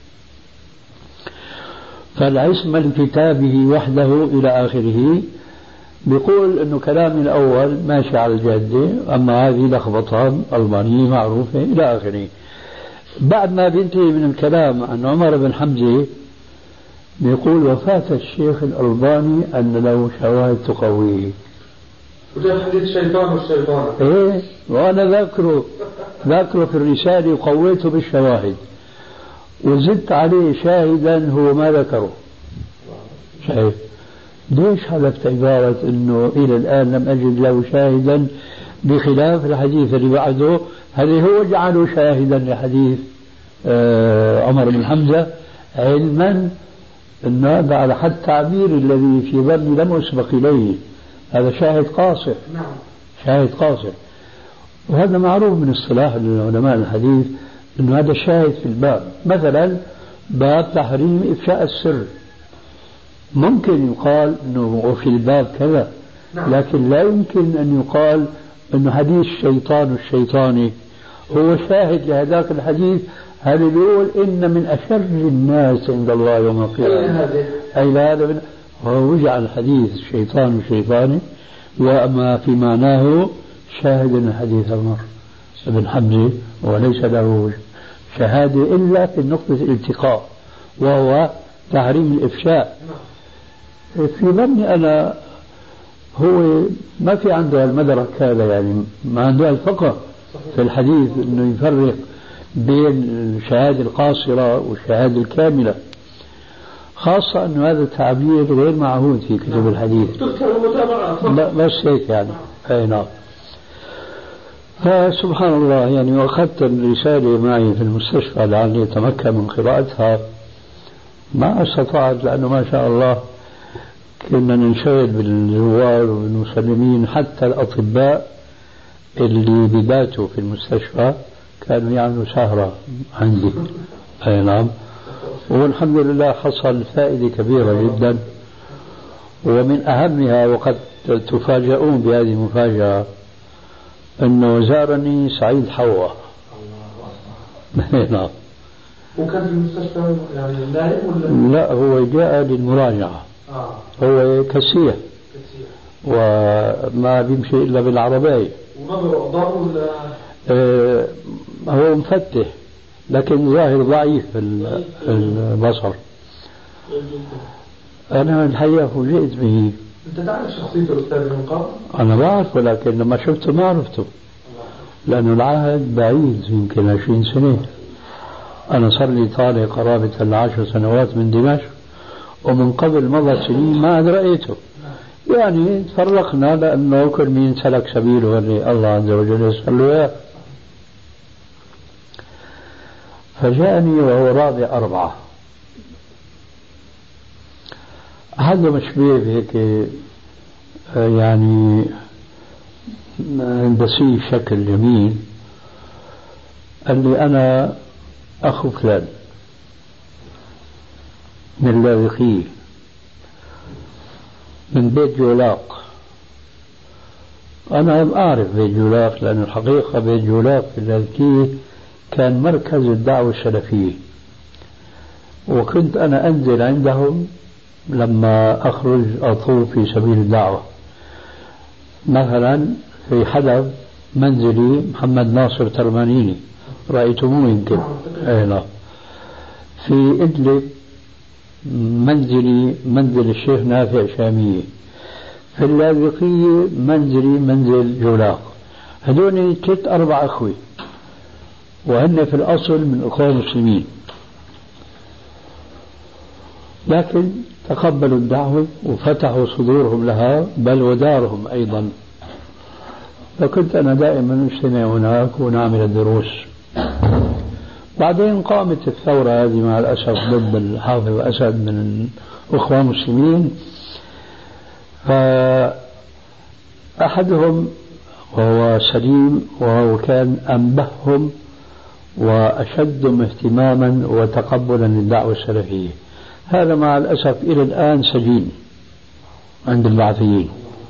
فالعصمة لكتابه وحده إلى آخره. بيقول أنه كلامي الأول ماشي على الجادة، أما هذه لخبطة ألمانية معروفة إلى آخره. بعد ما بينتهي من الكلام عن عمر بن حمزة بيقول وفاة الشيخ الألباني أن له شواهد تقويه. وجاء حديث الشيطان والشيطان. إيه، وأنا ذاكره في الرسالة وقويته بالشواهد وزدت عليه شاهدا هو ما ذكره. شايف ليش حذفت عبارة أنه إلى الآن لم أجد له شاهدا بخلاف الحديث اللي بعده؟ هل هو جعله شاهدا لحديث عمر بن حمزة، علما أن هذا على حد تعبير الذي في ظني لم أسبق إليه، هذا شاهد قاصر. شاهد قاصر، وهذا معروف من اصطلاح العلماء الحديث أنه هذا شاهد في الباب. مثلا باب تحريم إفشاء السر، ممكن يقال أنه وفي الباب كذا، لكن لا يمكن أن يقال أنه حديث الشيطان والشيطاني هو شاهد لهذاك الحديث. هذا بيقول إن من أشر الناس عند الله يوم القيامة، أي هذا هو جعل الحديث الشيطان والشيطاني وما في معناه شاهد من حديث عمر بن حمزة، وليس له شهادة إلا في النقطة الالتقاء وهو تحريم الإفشاء. في ظني أنا هو ما في عنده المدرك هذا، يعني ما عنده الفقه في الحديث أنه يفرق بين الشهادة القاصرة والشهادة الكاملة، خاصة أن هذا التعبير غير معهود في كتب الحديث. لا بس هيك يعني. أي نعم. فسبحان الله، يعني وأخذت الرسالة معي في المستشفى لعلي أتمكن من قراءتها، ما استطعت لأنه ما شاء الله كنا ننشغل بالزوار والمسلمين، حتى الأطباء اللي بباتوا في المستشفى كانوا يعملوا سهرة عندي. أي نعم. والحمد لله حصل فائدة كبيرة جدا، ومن أهمها وقد تفاجؤون بهذه المفاجأة أنه زارني سعيد حوا. نعم. وكان في المستشفى يعني نائم ولا؟ لا، هو جاء للمراجعة. هو كسيح وما بيمشي إلا بالعربية. ونظره أضاء ولا؟ هو مفتح لكن ظاهر ضعيف في البصر. أنا الحقيقة فوجئت به. أنت تعرف شخصية الأستاذ من قبل؟ أنا بعرفه، لكن لما شفته ما عرفته، لأنه العهد بعيد يمكن 20 سنة. أنا صار لي طالع قرابة 10 سنوات من دمشق، ومن قبل مضى سنين ما عاد رأيته. يعني تفرقنا لأنه كل مين سلك سبيله اللي الله عز وجل يسأل له إياه. فجاءني وهو رابع 4. هذا مشبيه بهيك يعني بسيط شكل جميل. قال لي أنا أخو فلان من اللاذقية من بيت جولاق. أنا أعرف بيت جولاق لأن الحقيقة بيت جولاق في اللاذقية كان مركز الدعوة السلفية، وكنت أنا أنزل عندهم لما أخرج أطوف في سبيل الدعوة. مثلا في حلب منزلي محمد ناصر ترمانيني، رأيتموه يمكن. لا. في إدلب منزلي منزل الشيخ نافع شامية. في اللاذقية منزلي منزل جولاق. هذول 3-4 أخوي، وهن في الأصل من أخوة المسلمين، لكن تقبلوا الدعوة وفتحوا صدورهم لها بل ودارهم أيضا. فكنت أنا دائما أجتمع هناك ونعمل الدروس. بعدين قامت الثورة هذه مع الأسف ضد الحافظ أسد من الأخوة المسلمين، فأحدهم وهو سليم وهو كان أنبههم وأشدهم اهتماما وتقبلا للدعوة السلفية. هذا مع الأسف إلى الآن سجين عند البعثيين.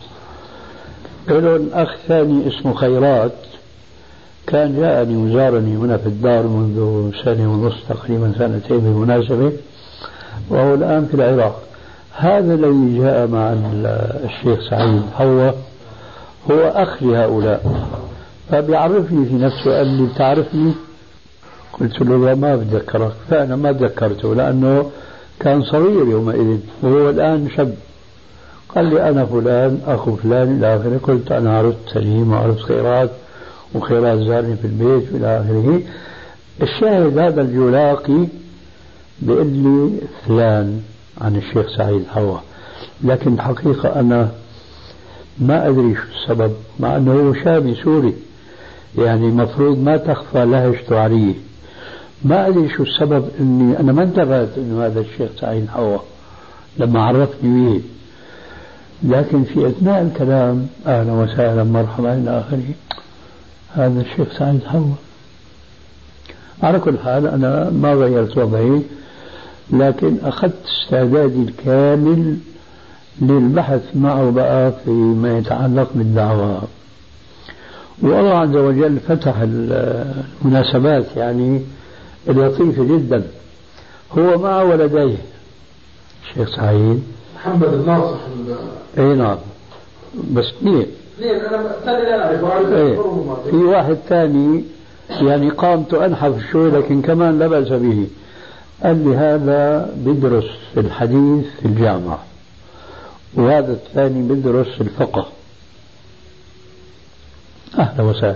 له أخ ثاني اسمه خيرات كان جاءني وزارني هنا في الدار منذ سنة ونصف تقريبا سنتين بالمناسبة، وهو الآن في العراق. هذا الذي جاء مع الشيخ سعيد هو أخ لهؤلاء، فبيعرفني في نفسه، قال لي بتعرفني؟ قلت له لا ما بتذكرك، فأنا ما تذكرته لأنه كان صغير يومئذ وهو الآن شاب. قال لي أنا فلان أخو فلان إلى آخره. قلت أنا عرفت سليم وعرفت خيرات، وخيرات زارني في البيت إلى آخره. الشاهد هذا الجولاقي بيقول لي فلان عن الشيخ سعيد حوا، لكن الحقيقة أنا ما أدري شو السبب، مع أنه هو شامي سوري يعني مفروض ما تخفى لهجته عليه. ما أدري شو السبب أني أنا ما انتبهت أنه هذا الشيخ سعيد حوا لما عرفني به، لكن في أثناء الكلام أهلا وسهلا مرحبا إلى آخره هذا الشيخ سعيد حوا. على كل حال أنا ما غيرت وضعي، لكن أخذت استعدادي الكامل للبحث معه بقى فيما يتعلق بالدعوة. والله عز وجل فتح المناسبات يعني لطيفة جدا. هو مع ولديه الشيخ سعيد محمد الناصح. اي نعم، بس اثنين. انا ثاني لا اعرف. في واحد ثاني يعني قامته انحف شوي لكن كمان لا بأس به. قال لي هذا بيدرس الحديث في الجامعة، وهذا الثاني بيدرس الفقه. أهلا وسهلا.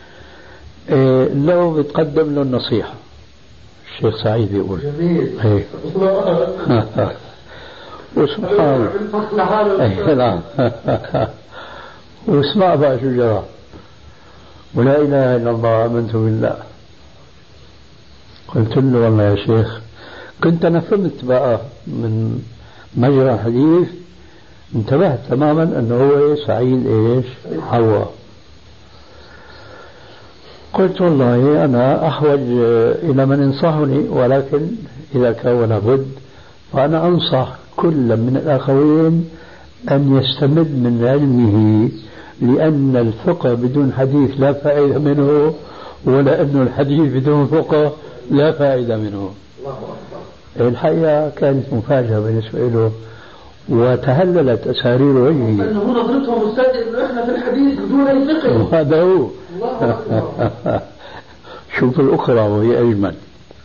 لو بتقدم له النصيحة الشيخ سعيد يقول جميل. وسبحان الله. واسمع بقى شو جرى. ولا إله إلا الله آمنت بالله. قلت له والله يا شيخ كنت أنا فهمت بقى من مجرى الحديث، انتبهت تماما أنه هو سعيد إيش حوا. قلت والله أنا أحوج إلى من ينصحني، ولكن إذا كان لابد فأنا أنصح كل من الأخوين أن يستمد من علمه، لأن الفقه بدون حديث لا فائدة منه، ولا أن الحديث بدون فقه لا فائدة منه. الحقيقة كانت مفاجأة بالنسبة له وتهللت أسارير وجهه. أنه نظرتهم مستدعي أنه إحنا في الحديث بدون أي فقه. وهذا هو. شوف الأخرى وهي أجمل.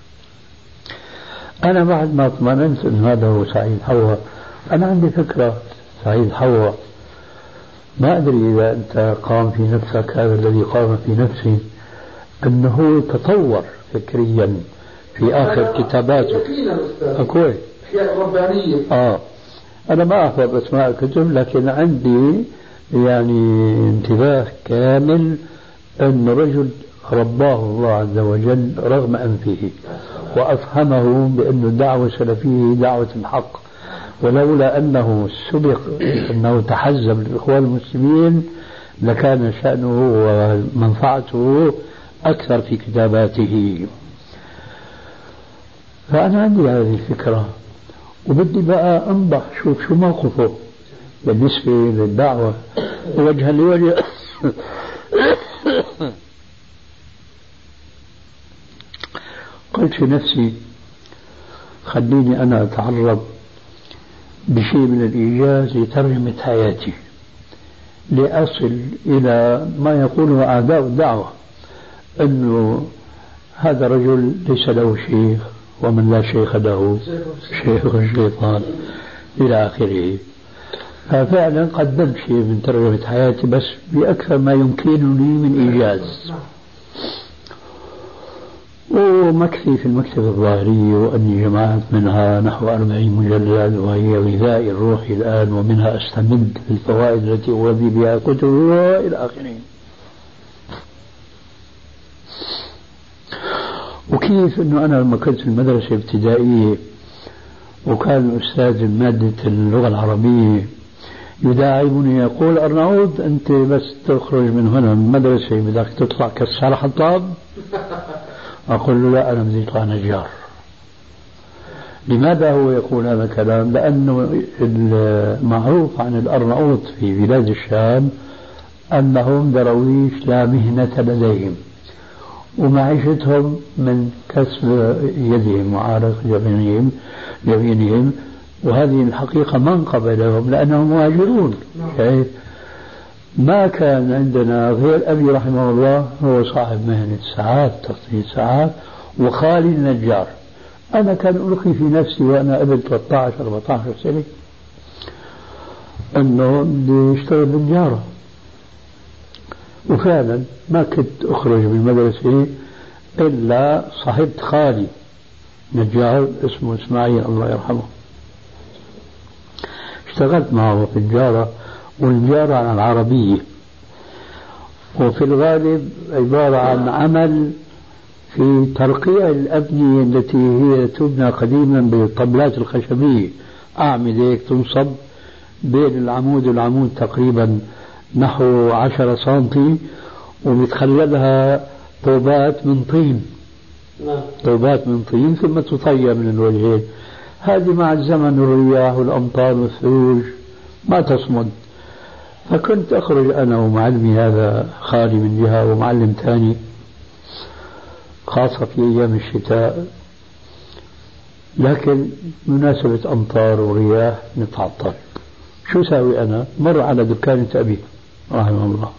أنا بعد ما اطمئننت أن هذا هو سعيد حوا، أنا عندي فكرة سعيد حوا، ما أدري إذا أنت قام في نفسك هذا الذي قام في نفسي، أنه تطور فكريا في آخر كتاباته. أكوي أشياء ربانية. أنا ما أحفظ أسماء الكتب، لكن عندي يعني انتباه كامل أن رجل رباه الله عز وجل رغم أنفه، وأفهمه بأن الدعوة السلفية دعوة الحق، ولولا أنه سبق أنه تحزب للإخوان المسلمين لكان شأنه ومنفعته أكثر في كتاباته. فأنا عندي هذه الفكرة، وبدي بقى أنضح شوف شو موقفه بالنسبة للدعوة وجها لوجه. قلت في نفسي خليني أنا أتعرض بشيء من الإيجاز لترجمة حياتي لأصل إلى ما يقوله أعداء الدعوة، أنه هذا رجل ليس له شيخ، ومن لا شيخ له شيخ الشيطان إلى آخره. ففعلا قدمت شيء من ترجمة حياتي بس بأكثر ما يمكنني من إيجاز، ومكثي في المكتبة الظاهرية وأني جمعت منها نحو 40 مجلد، وهي غذاء الروح الآن، ومنها أستمد الفوائد التي أوذي بها كتب إلى آخره. وكيف أنه أنا لما كنت في المدرسة الابتدائية وكان الأستاذ مادة اللغة العربية يداعبني يقول أرناؤوط أنت بس تخرج من هنا من المدرسة بدك تطلع كسار حطاب. أقول له لا، أنا بدي أطلع نجار. لماذا هو يقول هذا الكلام؟ لأنه المعروف عن الأرناؤوط في بلاد الشام أنهم درويش لا مهنة لديهم، ومعيشتهم من كسب يدهم وعرق جبينهم، وهذه الحقيقة منقبة لهم لأنهم مهاجرون. ما كان عندنا غير أبي رحمه الله هو صاحب مهنة ساعات، تصنيع ساعات، وخالي النجار. أنا كان ألقي في نفسي وأنا ابن 13-14 سنة أنه بدي أشتغل بالنجارة، وفعلا ما كنت أخرج من المدرسة إلا صاحبت خالي نجار اسمه إسماعيل الله يرحمه، اشتغلت معه في النجارة، والنجارة عن العربية، وفي الغالب عبارة عن عمل في ترقيع الأبنية التي هي تبنى قديما بالطبلات الخشبية، أعمدة تنصب بين العمود والعمود تقريبا نحو 10 سنتي، وبتخللها طوبات من طين، طوبات من طين ثم تطيب من الوجهين. هذه مع الزمن والرياح والأمطار والثلوج ما تصمد. فكنت أخرج أنا ومعلمي هذا خالي من جهة ومعلم ثاني، خاصة في أيام الشتاء، لكن مناسبة أمطار ورياح نتعطل. شو ساوي أنا؟ مر على دكانة أبي رحمه الله،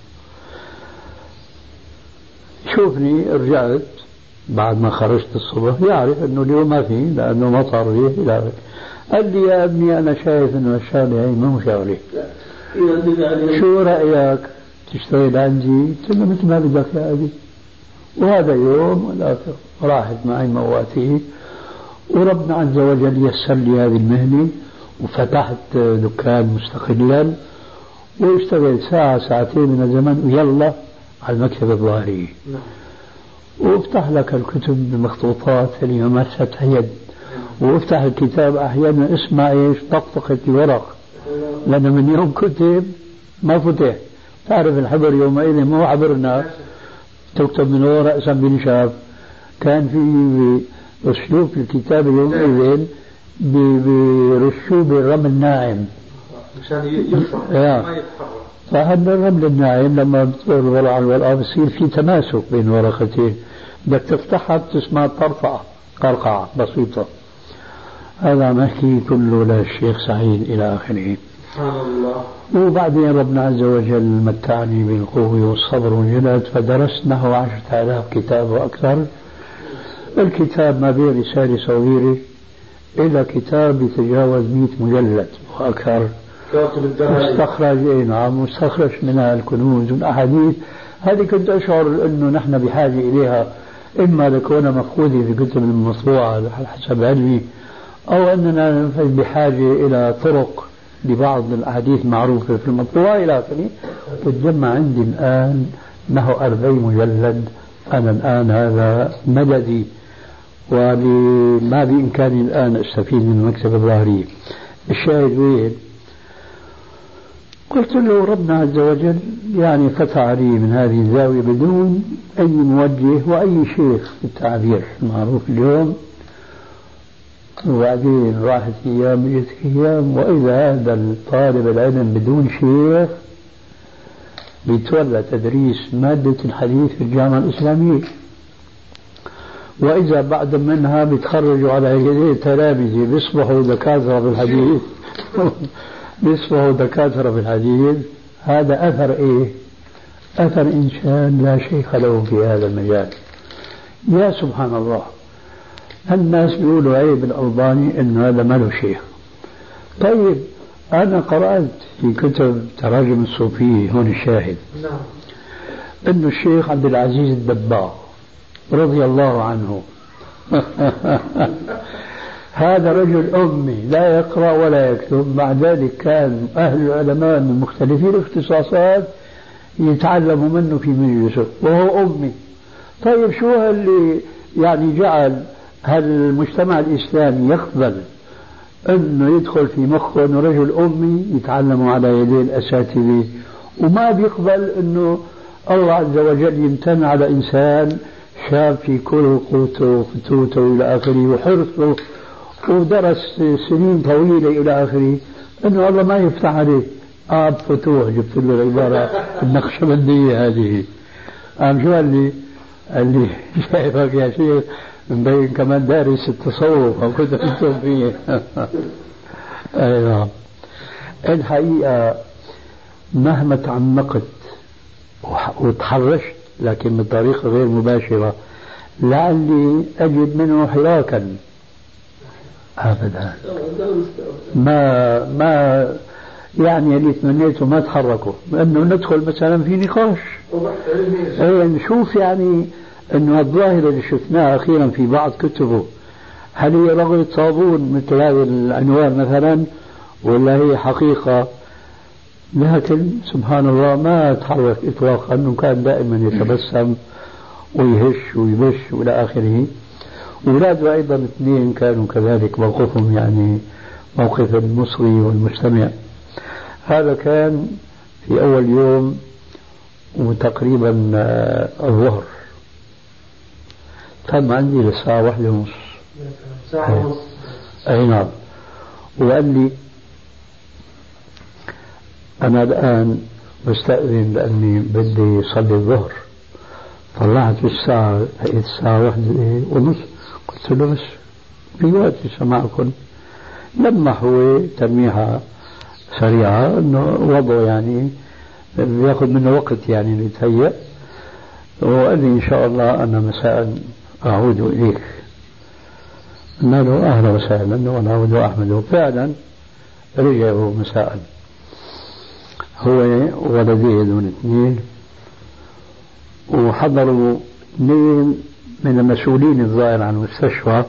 شوفني رجعت بعد ما خرجت الصبح، يعرف أنه اليوم ما في لأنه مطر ريح إلى آخره. قال لي يا ابني أنا شايف أنه الشغلة هي مو شغلة، شو رأيك تشتغل عندي؟ قلت له مثل ما بدك يا أبي. وهذا يوم والآخر راحت معي مواتي، وربنا عز وجل يسر لي هذه المهنة، وفتحت دكان مستقلا، واشتغل ساعة ساعتين من الزمن ويلا على المكتب الظاهري، وافتح لك الكتب بمخطوطات اللي ممارستها يد، وافتح الكتاب أحيانا اسمع ايش طقطقة الورق، لأن من يوم كتب ما فتح. تعرف الحبر يومئذ مو حبرنا تكتب من ورق رأسا بنشاف، كان في أسلوب الكتاب يومئذ برشوه بالرمل الناعم عشان يفرح ما يتحرك. فهذا الرمل الناعم لما بتصير الورقة على الورقة بصير في تماسك بين ورقتين، بدك تفتحها بتسمع طرفعة قرقعة بسيطة. هذا نحكي كله للشيخ سعيد إلى آخره. سبحان الله. وبعدين ربنا عز وجل متعني بالقوة والصبر والجلد، فدرست نحو 10,000 كتاب وأكثر. الكتاب ما بين رسالة صغيرة إلى كتاب يتجاوز 100 مجلد وأكثر، مستخرج مستخرج منها الكنوز والأحاديث. هذه كنت أشعر أنه نحن بحاجة إليها، إما لكون مفقودة في كتب المطبوعة على حسب علمي، أو أننا بحاجة إلى طرق لبعض الأحاديث معروفة في المطبوعة إلى آخره. تتجمع عندي الآن نحو 40 مجلد. أنا الآن هذا مددي، وما بإمكاني الآن أستفيد من المكتبة الظاهرية. الشاهد وين؟ قلت له ربنا عز وجل يعني فتح علي من هذه الزاوية بدون أي موجه وأي شيخ في التعبير المعروف اليوم. وبعدين راحت أيام جت أيام، وإذا هذا الطالب العلم بدون شيخ بيتولى تدريس مادة الحديث في الجامعة الإسلامية، وإذا بعد منها بيتخرجوا على يدي تلامذة بيصبحوا دكاترة بالحديث بيصبحوا دكاترة بالحديث. هذا أثر إيه؟ أثر إنسان لا شيخ له في هذا المجال. يا سبحان الله، الناس بيقولوا عيب الألباني إنه هذا ما له شيخ. طيب أنا قرأت في كتب تراجم الصوفية هون الشاهد إنه الشيخ عبد العزيز الدباغ رضي الله عنه هذا رجل أمي لا يقرأ ولا يكتب، مع ذلك كان أهل العلماء من مختلفين الاختصاصات يتعلموا منه في مجلسه وهو أمي. طيب شو اللي يعني جعل هالمجتمع الإسلامي يقبل أنه يدخل في مخه أنه رجل أمي يتعلموا على يدي الأساتذة، وما بيقبل أنه الله عز وجل يمتن على إنسان شاب في كل قوته وفتوته إلى آخره وحرصه ودرس سنين طويلة إلى آخره، أنه الله ما يفتح عليه. فتوح جبت له العبارة النقشبندية هذه. شو قال لي شايفك يا شيخ مبين كمان دارس التصوف أو كنت كنتم فيه. أيوة. الحقيقة مهما تعمقت وتحرشت لكن بطريقة غير مباشرة لعلي أجد منه حراكا. أبدا ما يعني اللي تمنيته ما تحركوا، لأنه ندخل مثلا في نقاش نشوف يعني أنه الظاهرة اللي شفناها أخيرا في بعض كتبه هل هي رغبة صابون مثل هذا العنوان مثلا ولا هي حقيقة. لكن سبحان الله ما تحرك إطلاقا، أنه كان دائما يتبسم ويهش ويبش وإلى آخره. أولاده أيضا اثنين كانوا كذلك، موقفهم يعني موقف المصري والمستمع. هذا كان في أول يوم وتقريبا الظهر، تم عندي للساعة 1:30. ساعة ونص. أي نعم. وقال لي أنا الآن بستأذن لأني بدي صلي الظهر. طلعت في الساعة لقيت الساعة 1:30. قلت له بس بوقتي سمعكم. لما هو تلميحة سريعة أنه وضعه يعني بياخذ منه وقت يعني ليتهيأ، وقال لي إن شاء الله أنا مساء أعود إليك. قلنا له أهلا وسهلا ونعود أحمد. وفعلا رجعوا مساء هو ولديه دون اثنين، وحضروا اثنين من المسؤولين الظاهر عن المستشفى.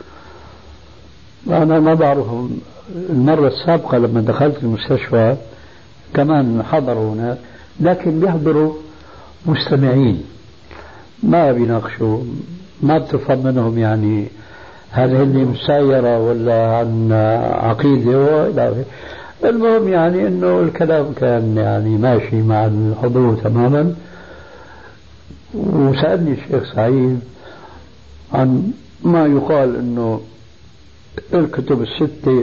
أنا ما بعرفهم. المرة السابقة لما دخلت المستشفى كمان حضروا هنا، لكن بيحضروا مستمعين ما بيناقشوا، ما بتفهم منهم يعني هل هن مسايرة ولا عن عقيدة وإلى آخره. المهم يعني انه الكلام كان يعني ماشي مع الحضور تماما. وسألني الشيخ سعيد عن ما يقال انه الكتب الستة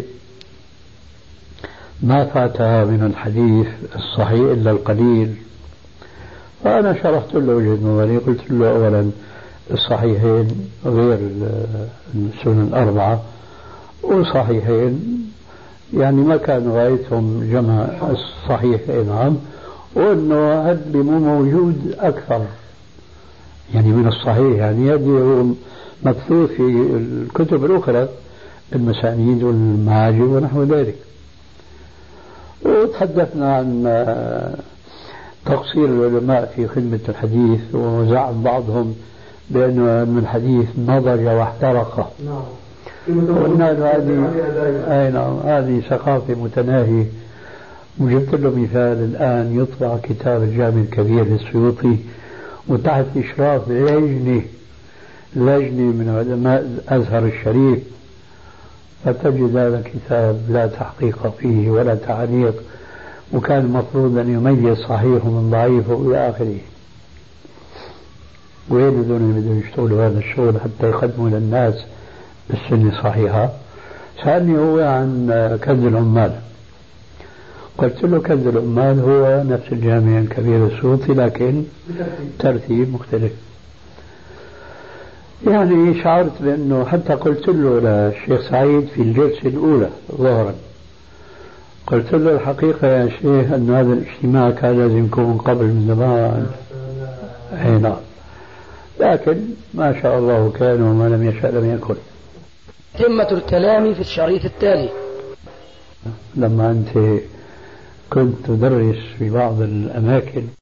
ما فاتها من الحديث الصحيح الا القليل. فانا شرحت له وجهة نظري، قلت له اولا الصحيحين غير السنن الأربعة، وصحيحين يعني ما كان غايتهم جمع الصحيح نعم، وانه هذا اللي مو موجود اكثر يعني من الصحيح، يعني هذا هو مبثوث في الكتب الاخرى المسانيد والمعاجم ونحو ذلك. وتحدثنا عن تقصير العلماء في خدمة الحديث، وزعم بعضهم بأنه من الحديث نضج واحترق. والناس هذه ثقافة متناهية. وجبت له مثال الآن يطبع كتاب الجامع الكبير للسيوطي وتحت إشراف لجنة من علماء الأزهر الشريف، فتجد هذا الكتاب لا تحقيق فيه ولا تعليق، وكان المفروض أن يميز صحيح من ضعيف وإلى آخره. وين هذول اللي بدهم يشتغلوا هذا الشغل حتى يقدموا للناس السنة صحيحة؟ سألني هو عن كنز العمال. قلت له كنز العمال هو نفس الجامع الكبير السيوطي لكن ترتيب مختلف. يعني شعرت بأنه حتى قلت له للشيخ سعيد في الجلسة الأولى ظهرا، قلت له الحقيقة يا شيخ أن هذا الاجتماع كان لازم يكون قبل من زمان. نعم، لكن ما شاء الله كان وما لم يشاء لم يكن. تمة الكلام في الشريط التالي. لما أنت كنت تدرس في بعض الأماكن